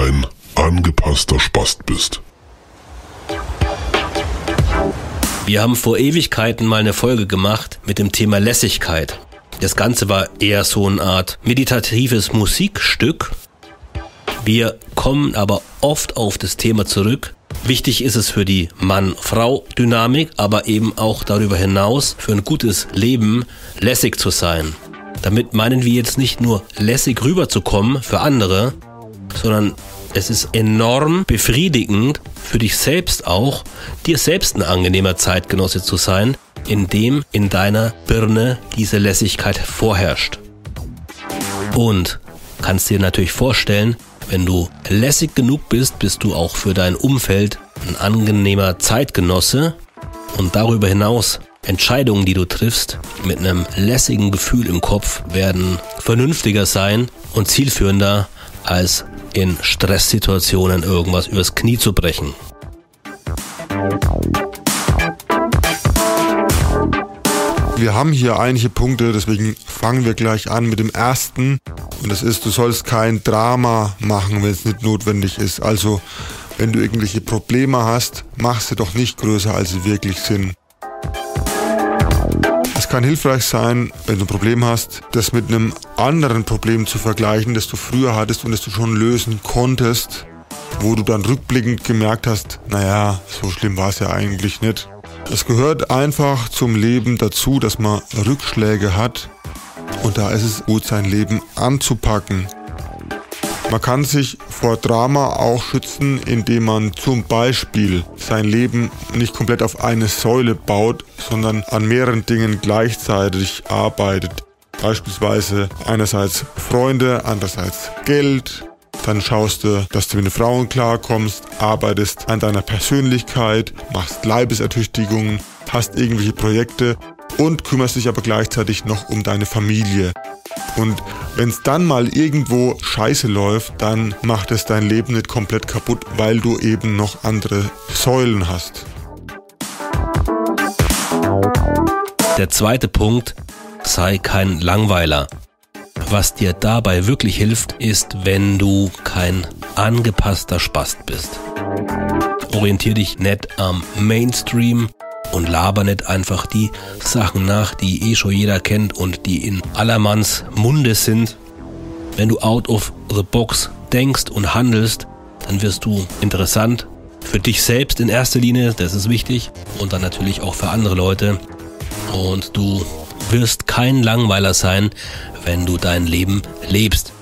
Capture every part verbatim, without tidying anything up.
kein angepasster Spast bist. Wir haben vor Ewigkeiten mal eine Folge gemacht mit dem Thema Lässigkeit. Das Ganze war eher so eine Art meditatives Musikstück. Wir kommen aber oft auf das Thema zurück. Wichtig ist es für die Mann-Frau-Dynamik, aber eben auch darüber hinaus für ein gutes Leben lässig zu sein. Damit meinen wir jetzt nicht nur lässig rüberzukommen für andere, sondern es ist enorm befriedigend für dich selbst auch, dir selbst ein angenehmer Zeitgenosse zu sein, indem in deiner Birne diese Lässigkeit vorherrscht. Und kannst dir natürlich vorstellen, wenn du lässig genug bist, bist du auch für dein Umfeld ein angenehmer Zeitgenosse und darüber hinaus Entscheidungen, die du triffst, mit einem lässigen Gefühl im Kopf werden vernünftiger sein und zielführender, als in Stresssituationen irgendwas übers Knie zu brechen. Wir haben hier einige Punkte, deswegen fangen wir gleich an mit dem ersten. Und das ist, du sollst kein Drama machen, wenn es nicht notwendig ist. Also, wenn du irgendwelche Probleme hast, mach sie doch nicht größer, als sie wirklich sind. Es kann hilfreich sein, wenn du ein Problem hast, das mit einem anderen Problem zu vergleichen, das du früher hattest und das du schon lösen konntest, wo du dann rückblickend gemerkt hast, naja, so schlimm war es ja eigentlich nicht. Es gehört einfach zum Leben dazu, dass man Rückschläge hat und da ist es gut, sein Leben anzupacken. Man kann sich vor Drama auch schützen, indem man zum Beispiel sein Leben nicht komplett auf eine Säule baut, sondern an mehreren Dingen gleichzeitig arbeitet. Beispielsweise einerseits Freunde, andererseits Geld. Dann schaust du, dass du mit den Frauen klarkommst, arbeitest an deiner Persönlichkeit, machst Leibesertüchtigungen, hast irgendwelche Projekte und kümmerst dich aber gleichzeitig noch um deine Familie. Und wenn es dann mal irgendwo scheiße läuft, dann macht es dein Leben nicht komplett kaputt, weil du eben noch andere Säulen hast. Der zweite Punkt, sei kein Langweiler. Was dir dabei wirklich hilft, ist, wenn du kein angepasster Spast bist. Orientier dich nicht am Mainstream und laber nicht einfach die Sachen nach, die eh schon jeder kennt und die in allermanns Munde sind. Wenn du out of the box denkst und handelst, dann wirst du interessant für dich selbst in erster Linie, das ist wichtig, und dann natürlich auch für andere Leute. Und du wirst kein Langweiler sein, wenn du dein Leben lebst.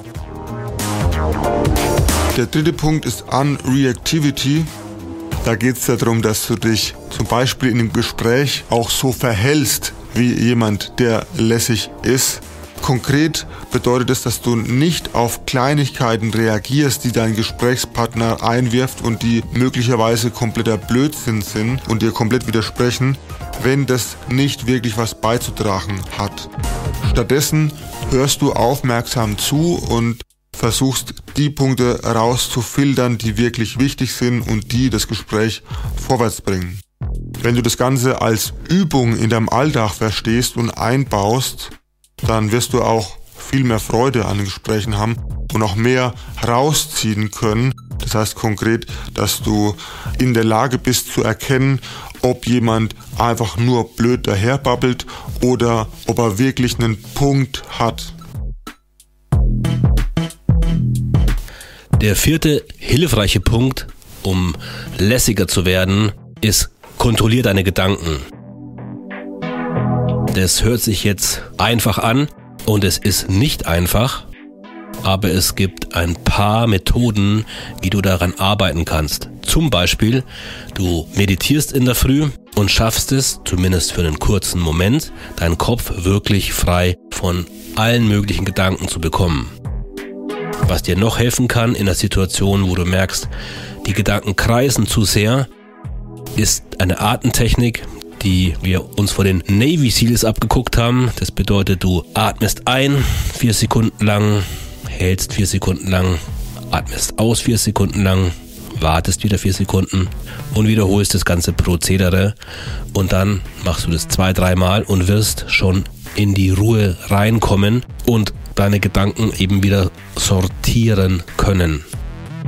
Der dritte Punkt ist Unreactivity. Da geht es darum, dass du dich zum Beispiel in einem Gespräch auch so verhältst wie jemand, der lässig ist. Konkret bedeutet es, dass du nicht auf Kleinigkeiten reagierst, die dein Gesprächspartner einwirft und die möglicherweise kompletter Blödsinn sind und dir komplett widersprechen, wenn das nicht wirklich was beizutragen hat. Stattdessen hörst du aufmerksam zu und versuchst die Punkte rauszufiltern, die wirklich wichtig sind und die das Gespräch vorwärts bringen. Wenn du das Ganze als Übung in deinem Alltag verstehst und einbaust, dann wirst du auch viel mehr Freude an den Gesprächen haben und auch mehr rausziehen können. Das heißt konkret, dass du in der Lage bist zu erkennen, ob jemand einfach nur blöd daherbabbelt oder ob er wirklich einen Punkt hat. Der vierte hilfreiche Punkt, um lässiger zu werden, ist, kontrollier deine Gedanken. Das hört sich jetzt einfach an und es ist nicht einfach, aber es gibt ein paar Methoden, wie du daran arbeiten kannst. Zum Beispiel, du meditierst in der Früh und schaffst es, zumindest für einen kurzen Moment, deinen Kopf wirklich frei von allen möglichen Gedanken zu bekommen. Was dir noch helfen kann in der Situation, wo du merkst, die Gedanken kreisen zu sehr, ist eine Atemtechnik, die wir uns vor den Navy Seals abgeguckt haben. Das bedeutet, du atmest ein, vier Sekunden lang, hältst vier Sekunden lang, atmest aus vier Sekunden lang, wartest wieder vier Sekunden und wiederholst das ganze Prozedere. Und dann machst du das zwei, dreimal und wirst schon in die Ruhe reinkommen und deine Gedanken eben wieder sortieren können.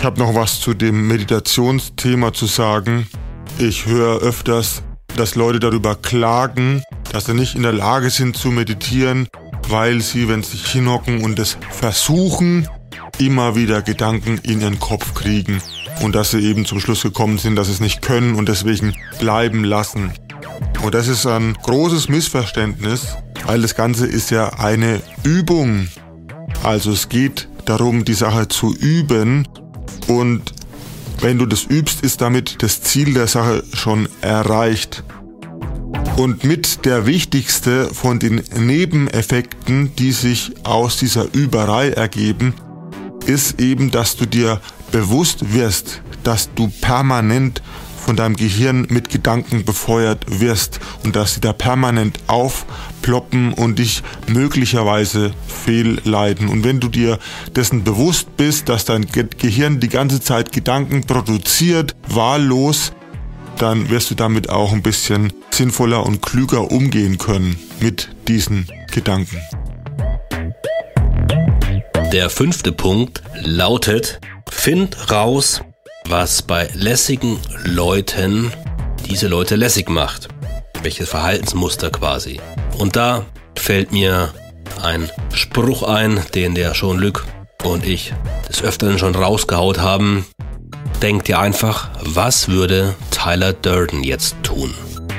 Ich habe noch was zu dem Meditationsthema zu sagen. Ich höre öfters, dass Leute darüber klagen, dass sie nicht in der Lage sind zu meditieren, weil sie, wenn sie sich hinhocken und es versuchen, immer wieder Gedanken in ihren Kopf kriegen und dass sie eben zum Schluss gekommen sind, dass sie es nicht können und deswegen bleiben lassen. Und das ist ein großes Missverständnis, weil das Ganze ist ja eine Übung. Also es geht darum, die Sache zu üben, und wenn du das übst, ist damit das Ziel der Sache schon erreicht. Und mit der wichtigste von den Nebeneffekten, die sich aus dieser Überei ergeben, ist eben, dass du dir bewusst wirst, dass du permanent von deinem Gehirn mit Gedanken befeuert wirst und dass sie da permanent aufploppen und dich möglicherweise fehlleiten. Und wenn du dir dessen bewusst bist, dass dein Ge- Gehirn die ganze Zeit Gedanken produziert, wahllos, dann wirst du damit auch ein bisschen sinnvoller und klüger umgehen können mit diesen Gedanken. Der fünfte Punkt lautet: Find raus, was bei lässigen Leuten diese Leute lässig macht. Welches Verhaltensmuster quasi. Und da fällt mir ein Spruch ein, den der Jean-Luc und ich des Öfteren schon rausgehaut haben. Denk dir einfach, was würde Tyler Durden jetzt tun?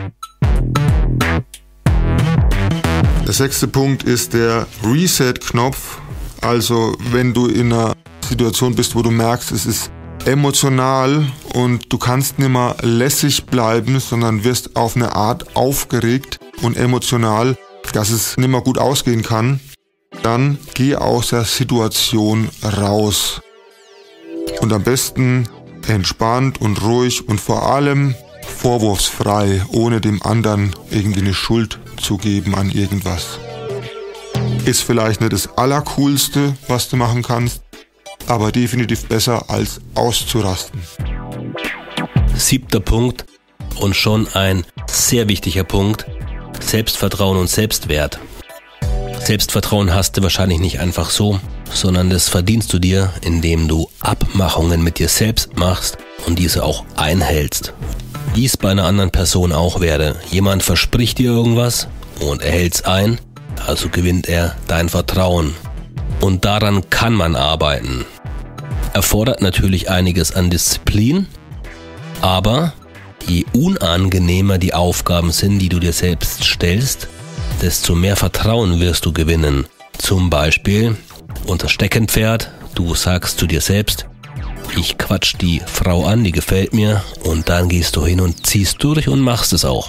Der sechste Punkt ist der Reset-Knopf. Also wenn du in einer Situation bist, wo du merkst, es ist emotional und du kannst nicht mehr lässig bleiben, sondern wirst auf eine Art aufgeregt und emotional, dass es nicht mehr gut ausgehen kann, dann geh aus der Situation raus. Und am besten entspannt und ruhig und vor allem vorwurfsfrei, ohne dem anderen irgendwie eine Schuld zu geben an irgendwas. Ist vielleicht nicht das Allercoolste, was du machen kannst, aber definitiv besser als auszurasten. Siebter Punkt und schon ein sehr wichtiger Punkt: Selbstvertrauen und Selbstwert. Selbstvertrauen hast du wahrscheinlich nicht einfach so, sondern das verdienst du dir, indem du Abmachungen mit dir selbst machst und diese auch einhältst. Wie es bei einer anderen Person auch wäre. Jemand verspricht dir irgendwas und er hält's ein, also gewinnt er dein Vertrauen. Und daran kann man arbeiten. Erfordert natürlich einiges an Disziplin, aber je unangenehmer die Aufgaben sind, die du dir selbst stellst, desto mehr Vertrauen wirst du gewinnen. Zum Beispiel unser Steckenpferd, du sagst zu dir selbst: Ich quatsch die Frau an, die gefällt mir, und dann gehst du hin und ziehst durch und machst es auch.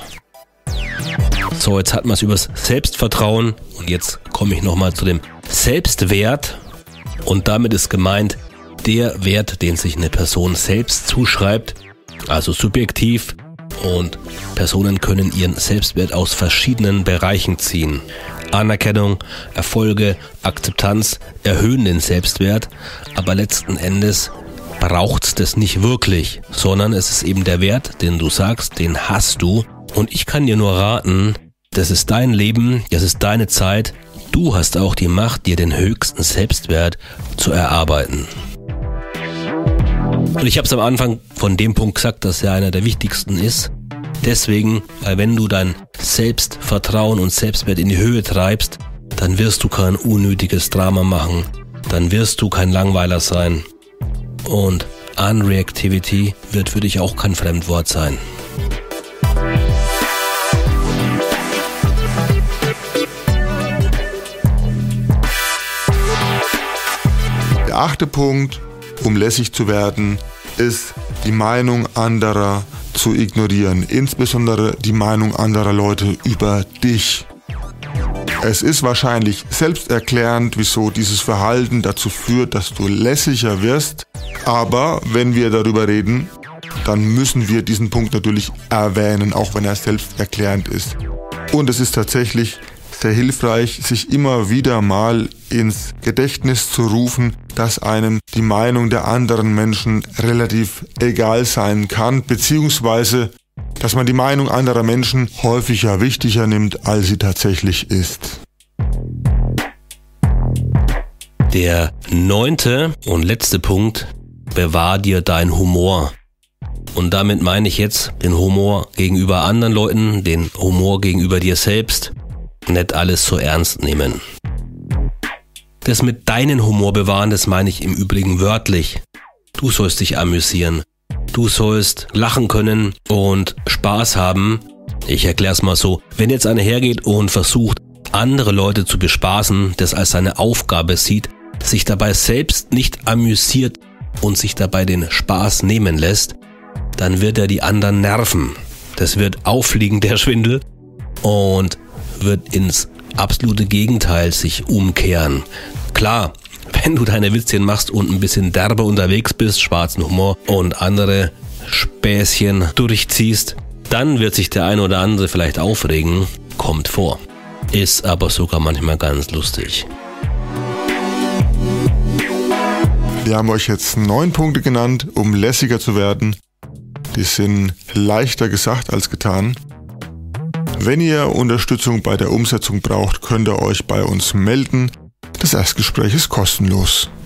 So, jetzt hatten wir es übers Selbstvertrauen und jetzt komme ich nochmal zu dem Selbstwert, und damit ist gemeint der Wert, den sich eine Person selbst zuschreibt, also subjektiv, und Personen können ihren Selbstwert aus verschiedenen Bereichen ziehen. Anerkennung, Erfolge, Akzeptanz erhöhen den Selbstwert, aber letzten Endes braucht's das nicht wirklich, sondern es ist eben der Wert, den du sagst, den hast du, und ich kann dir nur raten, das ist dein Leben, das ist deine Zeit, du hast auch die Macht, dir den höchsten Selbstwert zu erarbeiten. Und ich habe es am Anfang von dem Punkt gesagt, dass er einer der wichtigsten ist. Deswegen, weil wenn du dein Selbstvertrauen und Selbstwert in die Höhe treibst, dann wirst du kein unnötiges Drama machen, dann wirst du kein Langweiler sein. Und Unreactivity wird für dich auch kein Fremdwort sein. Der achte Punkt, um lässig zu werden, ist die Meinung anderer zu ignorieren, insbesondere die Meinung anderer Leute über dich. Es ist wahrscheinlich selbsterklärend, wieso dieses Verhalten dazu führt, dass du lässiger wirst, aber wenn wir darüber reden, dann müssen wir diesen Punkt natürlich erwähnen, auch wenn er selbsterklärend ist. Und es ist tatsächlich sehr hilfreich, sich immer wieder mal ins Gedächtnis zu rufen, dass einem die Meinung der anderen Menschen relativ egal sein kann, beziehungsweise dass man die Meinung anderer Menschen häufiger wichtiger nimmt, als sie tatsächlich ist. Der neunte und letzte Punkt bewahr dir deinen Humor. Und damit meine ich jetzt den Humor gegenüber anderen Leuten, den Humor gegenüber dir selbst. Nicht alles so ernst nehmen. Das mit deinen Humor bewahren, das meine ich im Übrigen wörtlich. Du sollst dich amüsieren. Du sollst lachen können und Spaß haben. Ich erkläre es mal so. Wenn jetzt einer hergeht und versucht, andere Leute zu bespaßen, das als seine Aufgabe sieht, sich dabei selbst nicht amüsiert und sich dabei den Spaß nehmen lässt, dann wird er die anderen nerven. Das wird auffliegen, der Schwindel, und wird ins absolute Gegenteil sich umkehren. Klar, wenn du deine Witzchen machst und ein bisschen derbe unterwegs bist, schwarzen Humor und andere Späßchen durchziehst, dann wird sich der eine oder andere vielleicht aufregen. Kommt vor. Ist aber sogar manchmal ganz lustig. Wir haben euch jetzt neun Punkte genannt, um lässiger zu werden. Die sind leichter gesagt als getan. Wenn ihr Unterstützung bei der Umsetzung braucht, könnt ihr euch bei uns melden. Das Erstgespräch ist kostenlos.